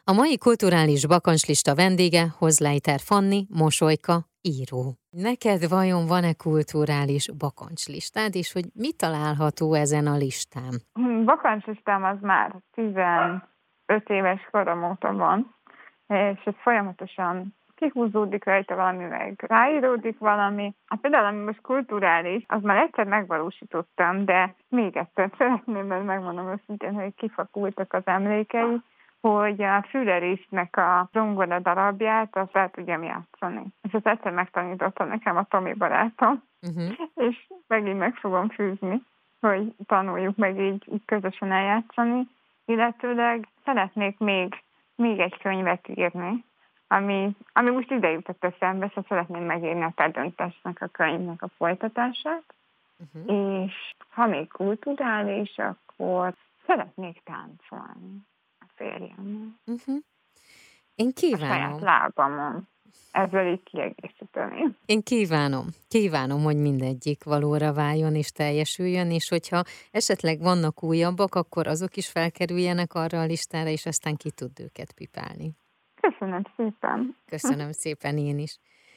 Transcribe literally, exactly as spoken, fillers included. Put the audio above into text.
A mai kulturális bakancslista vendége Hozleiter Fanni, mosolyka, író. Neked vajon van-e kulturális bakancslistád, és hogy mi található ezen a listán? Bakancslistám az már tizenöt éves korom óta van, és ez folyamatosan kihúzódik rajta valami, meg ráíródik valami. Hát például, ami most kulturális, az már egyszer megvalósítottam, de még egyszer szeretném, mert megmondom őszintén, hogy kifakultak az emlékei, hogy a Führerisnek a zongora darabját, azt el tudjam játszani. És ezt egyszer megtanította nekem a Tomi barátom, uh-huh. és megint meg fogom fűzni, hogy tanuljuk meg így, így közösen eljátszani. Illetőleg szeretnék még, még egy könyvet írni, ami, ami most ide jutott eszembe, szóval szeretném megírni a Te döntesnek a könyvnek a folytatását, uh-huh. és ha még kulturális, akkor szeretnék táncolni a férjemmel. Uh-huh. Én kívánom. A saját lábamon. Ezzel így kiegészíteni. Én kívánom. Kívánom, hogy mindegyik valóra váljon és teljesüljön, és hogyha esetleg vannak újabbak, akkor azok is felkerüljenek arra a listára, és aztán ki tud őket pipálni. Köszönöm szépen. Köszönöm szépen én is.